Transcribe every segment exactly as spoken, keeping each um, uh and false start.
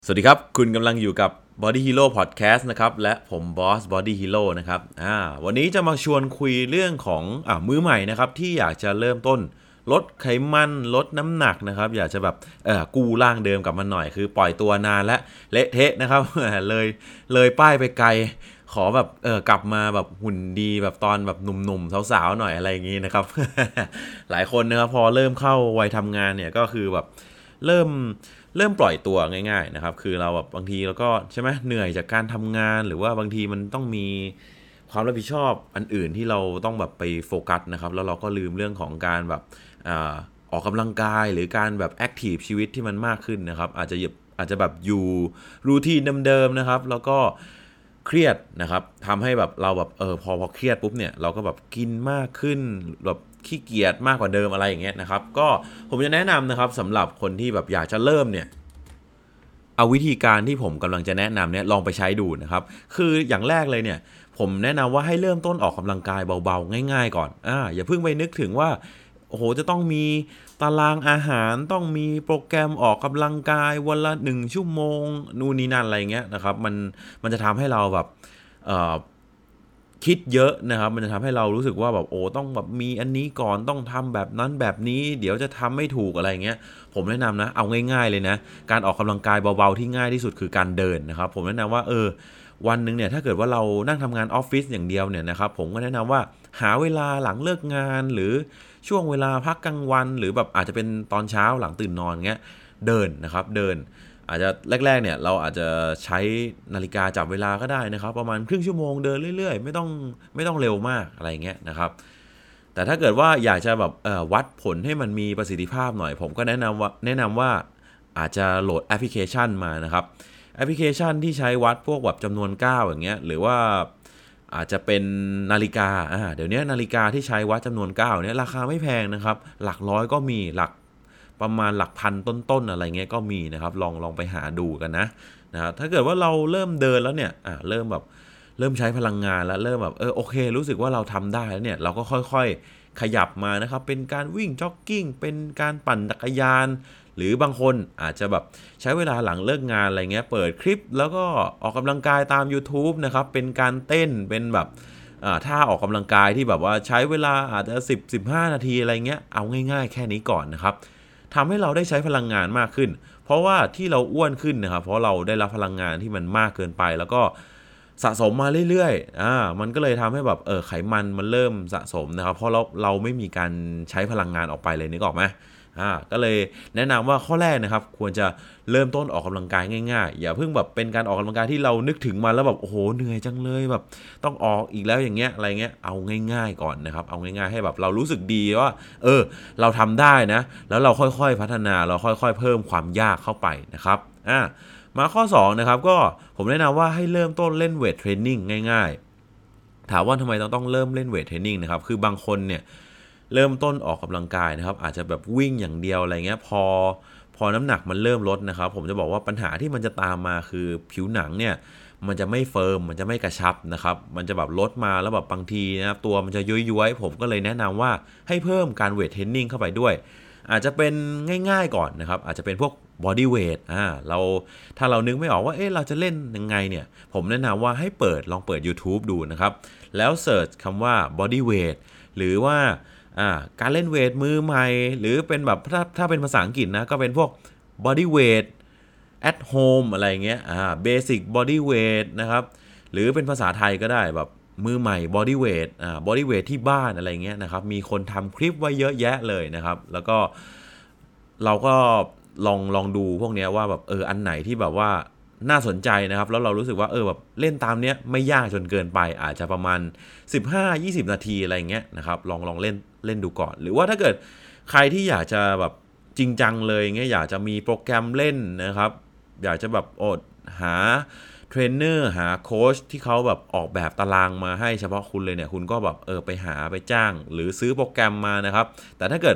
สวัสดีครับคุณกำลังอยู่กับ Body Hero Podcast นะครับและผมบอส Body Hero นะครับอ่าวันนี้จะมาชวนคุยเรื่องของอ่ามือใหม่นะครับที่อยากจะเริ่มต้นลดไขมันลดน้ำหนักนะครับอยากจะแบบเออกู้ร่างเดิมกลับมาหน่อยคือปล่อยตัวนานและเละเทะนะครับเลยเลยป้ายไปไกลขอแบบเออกลับมาแบบหุ่นดีแบบตอนแบบหนุ่มๆสาวๆหน่อยอะไรอย่างงี้นะครับ หลายคนนะครับพอเริ่มเข้าวัยทำงานเนี่ยก็คือแบบเริ่มเริ่มปล่อยตัวง่ายๆนะครับคือเราแบบบางทีเราก็ใช่ไหมเหนื่อยจากการทำงานหรือว่าบางทีมันต้องมีความรับผิดชอบอันอื่นที่เราต้องแบบไปโฟกัสนะครับแล้วเราก็ลืมเรื่องของการแบบอ่าออกกำลังกายหรือการแบบแอคทีฟชีวิตที่มันมากขึ้นนะครับอาจจะอาจจะแบบอยู่รูทีนเดิมๆนะครับแล้วก็เครียดนะครับทำให้แบบเราแบบเออพอพอเครียดปุ๊บเนี่ยเราก็แบบกินมากขึ้นแบบขี้เกียจมากกว่าเดิมอะไรอย่างเงี้ยนะครับก็ผมจะแนะนำนะครับสำหรับคนที่แบบอยากจะเริ่มเนี่ยเอาวิธีการที่ผมกำลังจะแนะนำเนี่ยลองไปใช้ดูนะครับคืออย่างแรกเลยเนี่ยผมแนะนำว่าให้เริ่มต้นออกกำลังกายเบาๆง่ายๆก่อนอ่าอย่าเพิ่งไปนึกถึงว่าโอ้โหจะต้องมีตารางอาหารต้องมีโปรแกรมออกกำลังกายวันละหนึ่งชั่วโมงนู่นนี่นั่นอะไรเงี้ยนะครับมันมันจะทำให้เราแบบเอ่อ คิดเยอะนะครับมันจะทำให้เรารู้สึกว่าแบบโอ้ต้องแบบมีอันนี้ก่อนต้องทำแบบนั้นแบบนี้เดี๋ยวจะทำไม่ถูกอะไรเงี้ยผมแนะนำนะเอาง่ายๆเลยนะการออกกำลังกายเบาๆที่ง่ายที่สุดคือการเดินนะครับผมแนะนำว่าเออวันหนึ่งเนี่ยถ้าเกิดว่าเรานั่งทำงานออฟฟิศอย่างเดียวเนี่ยนะครับผมก็แนะนำว่าหาเวลาหลังเลิกงานหรือช่วงเวลาพักกลางวันหรือแบบอาจจะเป็นตอนเช้าหลังตื่นนอนเงี้ยเดินนะครับเดิน อาจจะแรกๆเนี่ยเราอาจจะใช้นาฬิกาจับเวลาก็ได้นะครับประมาณครึ่งชั่วโมงเดินเรื่อยๆไม่ต้องไม่ต้องเร็วมากอะไรเงี้ยนะครับแต่ถ้าเกิดว่าอยากจะแบบวัดผลให้มันมีประสิทธิภาพหน่อยผมก็แนะนำว่าแนะนำว่าอาจจะโหลดแอปพลิเคชันมานะครับแอปพลิเคชันที่ใช้วัดพวกแบบจำนวนก้าวอย่างเงี้ยหรือว่าอาจจะเป็นนาฬิกาอ่าเดี๋ยวนี้นาฬิกาที่ใช้วัดจำนวนก้าวเนี่ยราคาไม่แพงนะครับหลักร้อยก็มีหลัก ประมาณหลักพันต้นๆอะไรเงี้ยก็มีนะครับลองลองไปหาดูกันนะนะครับถ้าเกิดว่าเราเริ่มเดินแล้วเนี่ยอ่าเริ่มแบบเริ่มใช้พลังงานแล้วเริ่มแบบเออโอเครู้สึกว่าเราทำได้แล้วเนี่ยเราก็ค่อยๆขยับมานะครับเป็นการวิ่งจ็อกกิ้งเป็นการปั่นจักรยานหรือบางคนอาจจะแบบใช้เวลาหลังเลิกงานอะไรเงี้ยเปิดคลิปแล้วก็ออกกำลังกายตาม YouTube นะครับเป็นการเต้นเป็นแบบท่าออกกำลังกายที่แบบว่าใช้เวลาอาจจะสิบ สิบห้านาทีอะไรเงี้ยเอาง่ายๆแค่นี้ก่อนนะครับ ทำให้เราได้ใช้พลังงานมากขึ้น เพราะว่าที่เราอ้วนขึ้นนะครับ เพราะเราได้รับพลังงานที่มันมากเกินไป แล้วก็สะสมมาเรื่อยๆอ่ามันก็เลยทำให้แบบเออไขมันมันเริ่มสะสมนะครับ เพราะเราเราไม่มีการใช้พลังงานออกไปเลยนึกออกไหมอ่าก็เลยแนะนำว่าข้อแรกนะครับควรจะเริ่มต้นออกกำลังกายง่ายๆอย่าเพิ่งแบบเป็นการออกกำลังกายที่เรานึกถึงมาแล้วแบบโอ้โหเหนื่อยจังเลยแบบต้องออกอีกแล้วอย่างเงี้ยอะไรเงี้ยเอาง่ายๆก่อนนะครับเอาง่ายๆให้แบบเรารู้สึกดีว่าเออเราทำได้นะแล้วเราค่อยๆพัฒนาเราค่อยๆเพิ่มความยากเข้าไปนะครับอ่ามาข้อสองนะครับก็ผมแนะนำว่าให้เริ่มต้นเล่นเวทเทรนนิ่งง่ายๆถามว่าทำไมเราต้องเริ่มเล่นเวทเทรนนิ่งนะครับคือบางคนเนี่ยเริ่มต้นออกกำลังกายนะครับอาจจะแบบวิ่งอย่างเดียวอะไรเงี้ยพอพอน้ำหนักมันเริ่มลดนะครับผมจะบอกว่าปัญหาที่มันจะตามมาคือผิวหนังเนี่ยมันจะไม่เฟิร์มมันจะไม่กระชับนะครับมันจะแบบลดมาแล้วแบบบางทีนะครับตัวมันจะย้อยๆผมก็เลยแนะนำว่าให้เพิ่มการเวทเทรนนิ่งเข้าไปด้วยอาจจะเป็นง่ายๆก่อนนะครับอาจจะเป็นพวกบอดี้เวทอ่าเราถ้าเรานึกไม่ออกว่าเอ๊ะเราจะเล่นยังไงเนี่ยผมแนะนำว่าให้เปิดลองเปิด YouTube ดูนะครับแล้วเสิร์ชคำว่า body weight หรือว่าอ่าการเล่นเวทมือใหม่หรือเป็นแบบถ้าถ้าเป็นภาษาอังกฤษนะก็เป็นพวก body weight at home อะไรเงี้ยอ่า basic body weight นะครับหรือเป็นภาษาไทยก็ได้แบบมือใหม่ body weight อ่า body weight ที่บ้านอะไรเงี้ยนะครับมีคนทำคลิปไว้เยอะแยะเลยนะครับแล้วก็เราก็ลองลองดูพวกเนี้ยว่าแบบเอออันไหนที่แบบว่าน่าสนใจนะครับแล้วเรารู้สึกว่าเออแบบเล่นตามเนี้ยไม่ยากจนเกินไปอาจจะประมาณสิบห้า ยี่สิบนาทีอะไรเงี้ยนะครับลองลองเล่นเล่นดูก่อนหรือว่าถ้าเกิดใครที่อยากจะแบบจริงจังเลยเงี้ยอยากจะมีโปรแกรมเล่นนะครับอยากจะแบบโอดหาเทรนเนอร์หาโค้ชที่เขาแบบออกแบบตารางมาให้เฉพาะคุณเลยเนี่ยคุณก็แบบเออไปหาไปจ้างหรือซื้อโปรแกรมมานะครับแต่ถ้าเกิด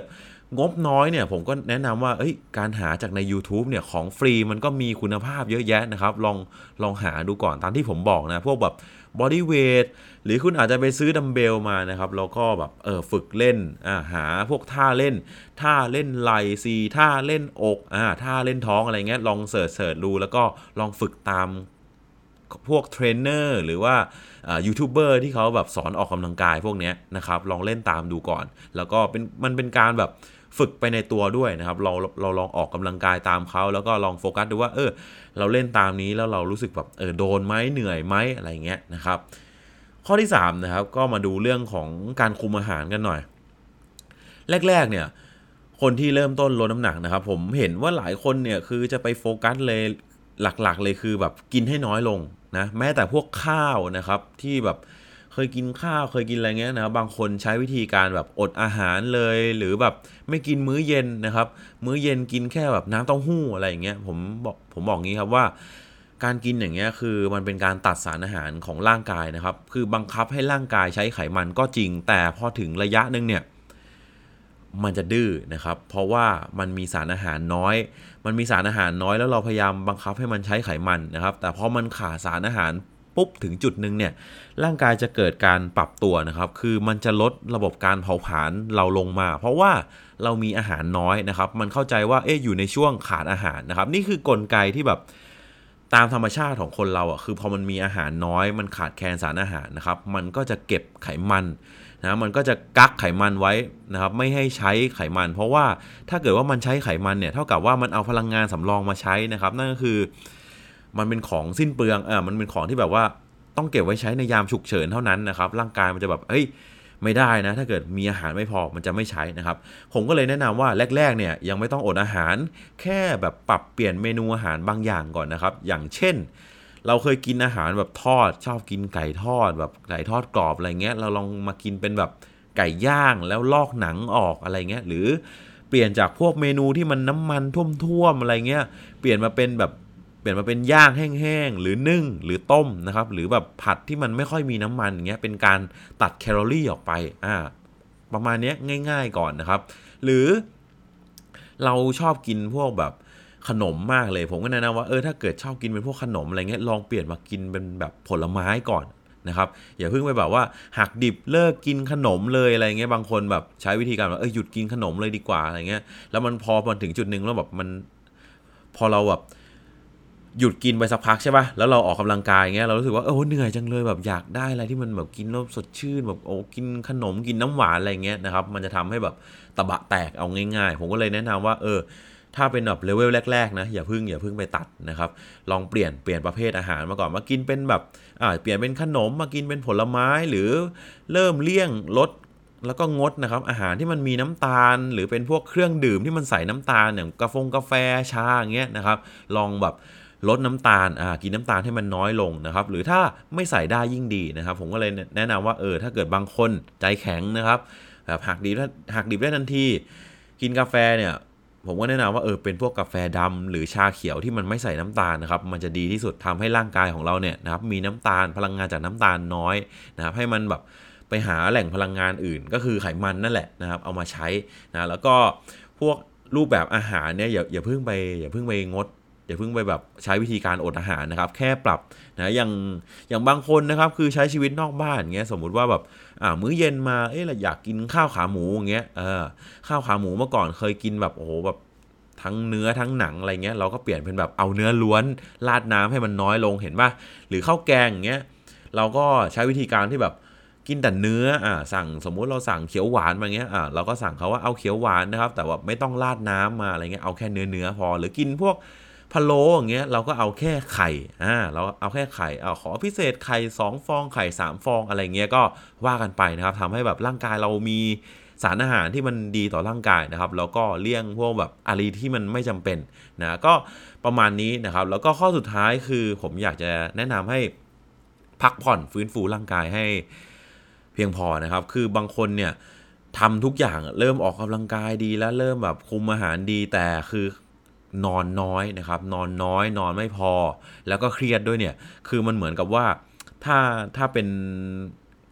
งบน้อยเนี่ยผมก็แนะนำว่าเอ้ยการหาจากใน YouTube เนี่ยของฟรีมันก็มีคุณภาพเยอะแยะนะครับลองลองหาดูก่อนตามที่ผมบอกนะพวกแบบบอดี้เวทหรือคุณอาจจะไปซื้อดัมเบลมานะครับแล้วก็แบบเออฝึกเล่นอ่าหาพวกท่าเล่นท่าเล่นไหล่ซีท่าเล่นอกอ่าท่าเล่นท้องอะไรเงี้ยลองเสิร์ชเสิร์ชดูแล้วก็ลองฝึกตามพวกเทรนเนอร์หรือว่ายูทูบเบอร์ที่เขาแบบสอนออกกำลังกายพวกนี้นะครับลองเล่นตามดูก่อนแล้วก็เป็นมันเป็นการแบบฝึกไปในตัวด้วยนะครับเราเราลองออกกำลังกายตามเขาแล้วก็ลองโฟกัสดูว่าเออเราเล่นตามนี้แล้วเรารู้สึกแบบเออโดนไหมเหนื่อยไหมอะไรเงี้ยนะครับข้อที่สามนะครับก็มาดูเรื่องของการคุมอาหารกันหน่อยแรกๆเนี่ยคนที่เริ่มต้นลดน้ำหนักนะครับผมเห็นว่าหลายคนเนี่ยคือจะไปโฟกัสเลยหลักๆเลยคือแบบกินให้น้อยลงนะแม้แต่พวกข้าวนะครับที่แบบเคยกินข้าวเคยกินอะไรเงี้ยนะบางคนใช้วิธีการแบบอดอาหารเลยหรือแบบไม่กินมื้อเย็นนะครับมื้อเย็นกินแค่แบบน้ำเต้าหู้อะไรอย่างเงี้ยผมบอกผมบอกงี้ครับว่าการกินอย่างเงี้ยคือมันเป็นการตัดสารอาหารของร่างกายนะครับคือบังคับให้ร่างกายใช้ไขมันก็จริงแต่พอถึงระยะนึงเนี่ยมันจะดื้อนะครับเพราะว่ามันมีสารอาหารน้อยมันมีสารอาหารน้อยแล้วเราพยายามบังคับให้มันใช้ไขมันนะครับแต่พอมันขาดสารอาหารปุ๊บถึงจุดนึงเนี่ยร่างกายจะเกิดการปรับตัวนะครับคือมันจะลดระบบการเผาผลาญเราลงมาเพราะว่าเรามีอาหารน้อยนะครับมันเข้าใจว่าเอ๊ะอยู่ในช่วงขาดอาหารนะครับนี่คือกลไกที่แบบตามธรรมชาติของคนเราอ่ะคือพอมันมีอาหารน้อยมันขาดแคลนสารอาหารนะครับมันก็จะเก็บไขมันนะมันก็จะกักไขมันไว้นะครับไม่ให้ใช้ไขมันเพราะว่าถ้าเกิดว่ามันใช้ไขมันเนี่ยเท่ากับว่ามันเอาพลังงานสำรองมาใช้นะครับนั่นก็คือมันเป็นของสิ้นเปลืองเออมันเป็นของที่แบบว่าต้องเก็บไว้ใช้ในยามฉุกเฉินเท่านั้นนะครับร่างกายมันจะแบบเฮ้ยไม่ได้นะถ้าเกิดมีอาหารไม่พอมันจะไม่ใช้นะครับผมก็เลยแนะนำว่าแรกๆเนี่ยยังไม่ต้องอดอาหารแค่แบบปรับเปลี่ยนเมนูอาหารบางอย่างก่อนนะครับอย่างเช่นเราเคยกินอาหารแบบทอดชอบกินไก่ทอดแบบไก่ทอดกรอบอะไรเงี้ยเราลองมากินเป็นแบบไก่ย่างแล้วลอกหนังออกอะไรเงี้ยหรือเปลี่ยนจากพวกเมนูที่มันน้ำมันท่วมๆอะไรเงี้ยเปลี่ยนมาเป็นแบบเปลี่ยนมาเป็นย่างแห้งๆหรือนึ่งหรือต้มนะครับหรือแบบผัดที่มันไม่ค่อยมีน้ำมันอย่างเงี้ยเป็นการตัดแคลอรี่ออกไปอ่าประมาณนี้ง่ายๆก่อนนะครับหรือเราชอบกินพวกแบบขนมมากเลยผมก็แนะนำว่าเออถ้าเกิดชอบกินเป็นพวกขนมอะไรเงี้ยลองเปลี่ยนมากินเป็นแบบผลไม้ก่อนนะครับอย่าเพิ่งไปแบบว่าหักดิบเลิกกินขนมเลยอะไรเงี้ยบางคนแบบใช้วิธีการว่าเออหยุดกินขนมเลยดีกว่าอะไรเงี้ยแล้วมันพอมาถึงจุดนึงแล้วแบบมันพอเราแบบหยุดกินไปสักพักใช่ป่ะแล้วเราออกกำลังกายเงี้ยเรารู้สึกว่าเออเหนื่อยจังเลยแบบอยากได้อะไรที่มันแบบกินแล้วสดชื่นแบบโอ้กินขนมกินน้ำหวานอะไรเงี้ยนะครับมันจะทำให้แบบตะบะแตกเอาง่ายๆผมก็เลยแนะนำว่าเออถ้าเป็นแบบเลเวลแรกๆนะอย่าเพิ่งอย่าเพิ่งไปตัดนะครับลองเปลี่ยนเปลี่ยนประเภทอาหารมาก่อนมากินเป็นแบบอ่าเปลี่ยนเป็นขนมมากินเป็นผลไม้หรือเริ่มเลี่ยงลดแล้วก็งดนะครับอาหารที่มันมีน้ำตาลหรือเป็นพวกเครื่องดื่มที่มันใส่น้ำตาลอย่างกาแฟกาแฟชาอย่างเงี้ยนะครับลองแบบลดน้ำตาลอ่ากินน้ำตาลให้มันน้อยลงนะครับหรือถ้าไม่ใส่ได้ยิ่งดีนะครับผมก็เลยแนะนำว่าเออถ้าเกิดบางคนใจแข็งนะครับแบบหักดิบหักดิบได้ทันทีกินกาแฟเนี่ยผมก็แนะนำว่าเออเป็นพวกกาแฟดำหรือชาเขียวที่มันไม่ใส่น้ำตาลนะครับมันจะดีที่สุดทำให้ร่างกายของเราเนี่ยนะครับมีน้ำตาลพลังงานจากน้ำตาลน้อยนะครับให้มันแบบไปหาแหล่งพลังงานอื่นก็คือไขมันนั่นแหละนะครับเอามาใช้นะแล้วก็พวกรูปแบบอาหารเนี่ยอย่าอย่าเพิ่งไปอย่าเพิ่งไปงดอย่าเพิ่งไปแบบใช้วิธีการอดอาหารนะครับแค่ปรับนะอย่างอย่างบางคนนะครับคือใช้ชีวิตนอกบ้านเงี้ยสมมุติว่าแบบอ่ามื้อเย็นมาเอ๊ะเราอยากกินข้าวขาหมูอย่างเงี้ยเออข้าวขาหมูเมื่อก่อนเคยกินแบบโอ้โหแบบทั้งเนื้อทั้งหนังอะไรเงี้ยเราก็เปลี่ยนเป็นแบบเอาเนื้อล้วนราดน้ำให้มันน้อยลงเห็นป่ะหรือข้าวแกงอย่างเงี้ยเราก็ใช้วิธีการที่แบบกินแต่เนื้ออ่าสั่งสมมุติเราสั่งเขียวหวานมาเงี้ยอ่าเราก็สั่งเขาว่าเอาเขียวหวานนะครับแต่ว่าไม่ต้องราดน้ำมาอะไรเงี้ยเอาแค่เนื้อเนื้อพอหรือกินพวกพะโล้อย่างเงี้ยเราก็เอาแค่ไข่อ่าเราเอาแค่ไข่เอาขอพิเศษไข่สองฟองไข่สามฟองอะไรเงี้ยก็ว่ากันไปนะครับทำให้แบบร่างกายเรามีสารอาหารที่มันดีต่อร่างกายนะครับแล้วก็เลี่ยงพวกแบบอะไรที่มันไม่จำเป็นนะก็ประมาณนี้นะครับแล้วก็ข้อสุดท้ายคือผมอยากจะแนะนำให้พักผ่อนฟื้นฟูร่างกายให้เพียงพอนะครับคือบางคนเนี่ยทำทุกอย่างเริ่มออกกำลังกายดีแล้วเริ่มแบบคุมอาหารดีแต่คือนอนน้อยนะครับนอนน้อยนอนไม่พอแล้วก็เครียดด้วยเนี่ยคือมันเหมือนกับว่าถ้าถ้าเป็น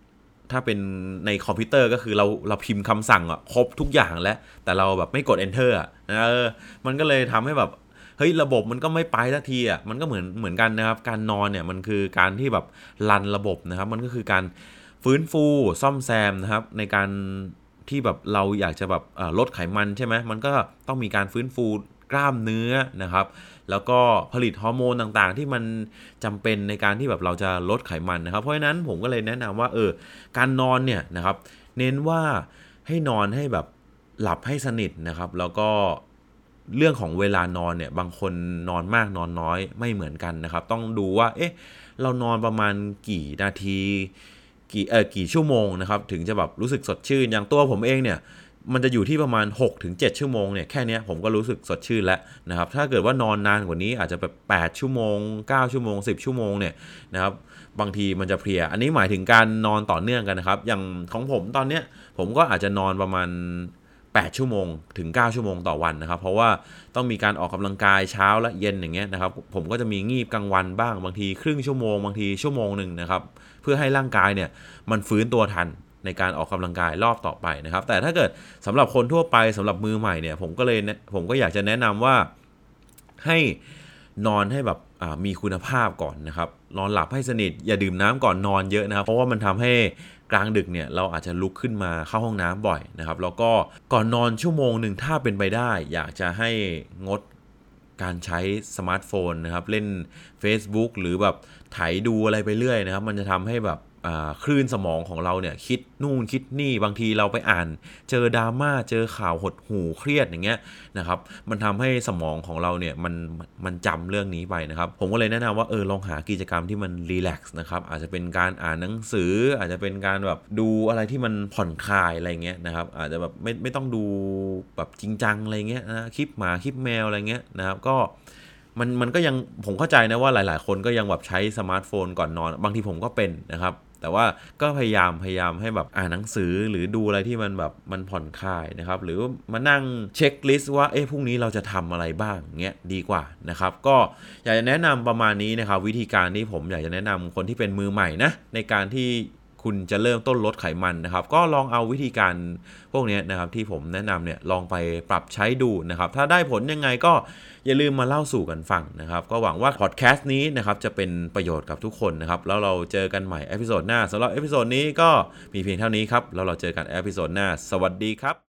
ถ้าเป็นในคอมพิวเตอร์ก็คือเราเราพิมพ์คำสั่งอ่ะครบทุกอย่างแล้วแต่เราแบบไม่กด enter อ่ะเออมันก็เลยทำให้แบบเฮ้ยระบบมันก็ไม่ไปสักทีอ่ะมันก็เหมือนเหมือนกันนะครับการนอนเนี่ยมันคือการที่แบบรันระบบนะครับมันก็คือการฟื้นฟูซ่อมแซมนะครับในการที่แบบเราอยากจะแบบลดไขมันใช่ไหมมันก็ต้องมีการฟื้นฟูกล้ามเนื้อนะครับแล้วก็ผลิตฮอร์โมนต่างๆที่มันจำเป็นในการที่แบบเราจะลดไขมันนะครับเพราะฉะนั้นผมก็เลยแนะนำว่าเออการนอนเนี่ยนะครับเน้นว่าให้นอนให้แบบหลับให้สนิทนะครับแล้วก็เรื่องของเวลานอนเนี่ยบางคนนอนมากนอนน้อยไม่เหมือนกันนะครับต้องดูว่าเอ๊ะเรานอนประมาณกี่นาทีกี่เออกี่ชั่วโมงนะครับถึงจะแบบรู้สึกสดชื่นอย่างตัวผมเองเนี่ยมันจะอยู่ที่ประมาณ หกถึงเจ็ด ชั่วโมงเนี่ยแค่นี้ผมก็รู้สึกสดชื่นแล้วนะครับถ้าเกิดว่านอนนานกว่านี้อาจจะแบบแปดชั่วโมงเก้าชั่วโมงสิบชั่วโมงเนี่ยนะครับบางทีมันจะเพลียอันนี้หมายถึงการนอนต่อเนื่องกันนะครับอย่างของผมตอนเนี้ยผมก็อาจจะนอนประมาณแปดชั่วโมงถึงเก้าชั่วโมงต่อวันนะครับเพราะว่าต้องมีการออกกำลังกายเช้าและเย็นอย่างเงี้ยนะครับผมก็จะมีงีบกลางวันบ้างบางทีครึ่งชั่วโมงบางทีชั่วโมงนึงนะครับเพื่อให้ร่างกายเนี่ยมันฟื้นตัวทันในการออกกำลังกายรอบต่อไปนะครับแต่ถ้าเกิดสำหรับคนทั่วไปสำหรับมือใหม่เนี่ยผมก็เลยผมก็อยากจะแนะนำว่าให้นอนให้แบบมีคุณภาพก่อนนะครับนอนหลับให้สนิทอย่าดื่มน้ำก่อนนอนเยอะนะครับเพราะว่ามันทำให้กลางดึกเนี่ยเราอาจจะลุกขึ้นมาเข้าห้องน้ำบ่อยนะครับแล้วก็ก่อนนอนชั่วโมงหนึ่งถ้าเป็นไปได้อยากจะให้งดการใช้สมาร์ทโฟนนะครับเล่น Facebook หรือแบบไถดูอะไรไปเรื่อยนะครับมันจะทำให้แบบคลื่นสมองของเราเนี่ยคิดนู่นคิดนี่บางทีเราไปอ่านเจอดราม่าเจอข่าวหดหู่เครียดอย่างเงี้ยนะครับมันทำให้สมองของเราเนี่ยมันมันจำเรื่องนี้ไปนะครับผมก็เลยแนะนำว่าเออลองหากิจกรรมที่มันรีแลกซ์นะครับอาจจะเป็นการอ่านหนังสืออาจจะเป็นการแบบดูอะไรที่มันผ่อนคลายอะไรเงี้ยนะครับอาจจะแบบไม่ไม่ต้องดูแบบจริงจังอะไรเงี้ยนะคลิปหมาคลิปแมวอะไรเงี้ยนะครับก็มันมันก็ยังผมเข้าใจนะว่าหลายๆคนก็ยังแบบใช้สมาร์ทโฟนก่อนนอนบางทีผมก็เป็นนะครับแต่ว่าก็พยายามพยายามให้แบบอ่านหนังสือหรือดูอะไรที่มันแบบมันผ่อนคลายนะครับหรือมานั่งเช็คลิสต์ว่าเอ๊ะพรุ่งนี้เราจะทำอะไรบ้างเงี้ยดีกว่านะครับก็อยากจะแนะนำประมาณนี้นะครับวิธีการที่ผมอยากจะแนะนำคนที่เป็นมือใหม่นะในการที่คุณจะเริ่มต้นลดไขมันนะครับก็ลองเอาวิธีการพวกนี้นะครับที่ผมแนะนำเนี่ยลองไปปรับใช้ดูนะครับถ้าได้ผลยังไงก็อย่าลืมมาเล่าสู่กันฟังนะครับก็หวังว่าพอดแคสต์นี้นะครับจะเป็นประโยชน์กับทุกคนนะครับแล้วเราเจอกันใหม่เอพิโซดหน้าสำหรับเอพิโซดนี้ก็มีเพียงเท่านี้ครับแล้วเราเจอกันเอพิโซดหน้าสวัสดีครับ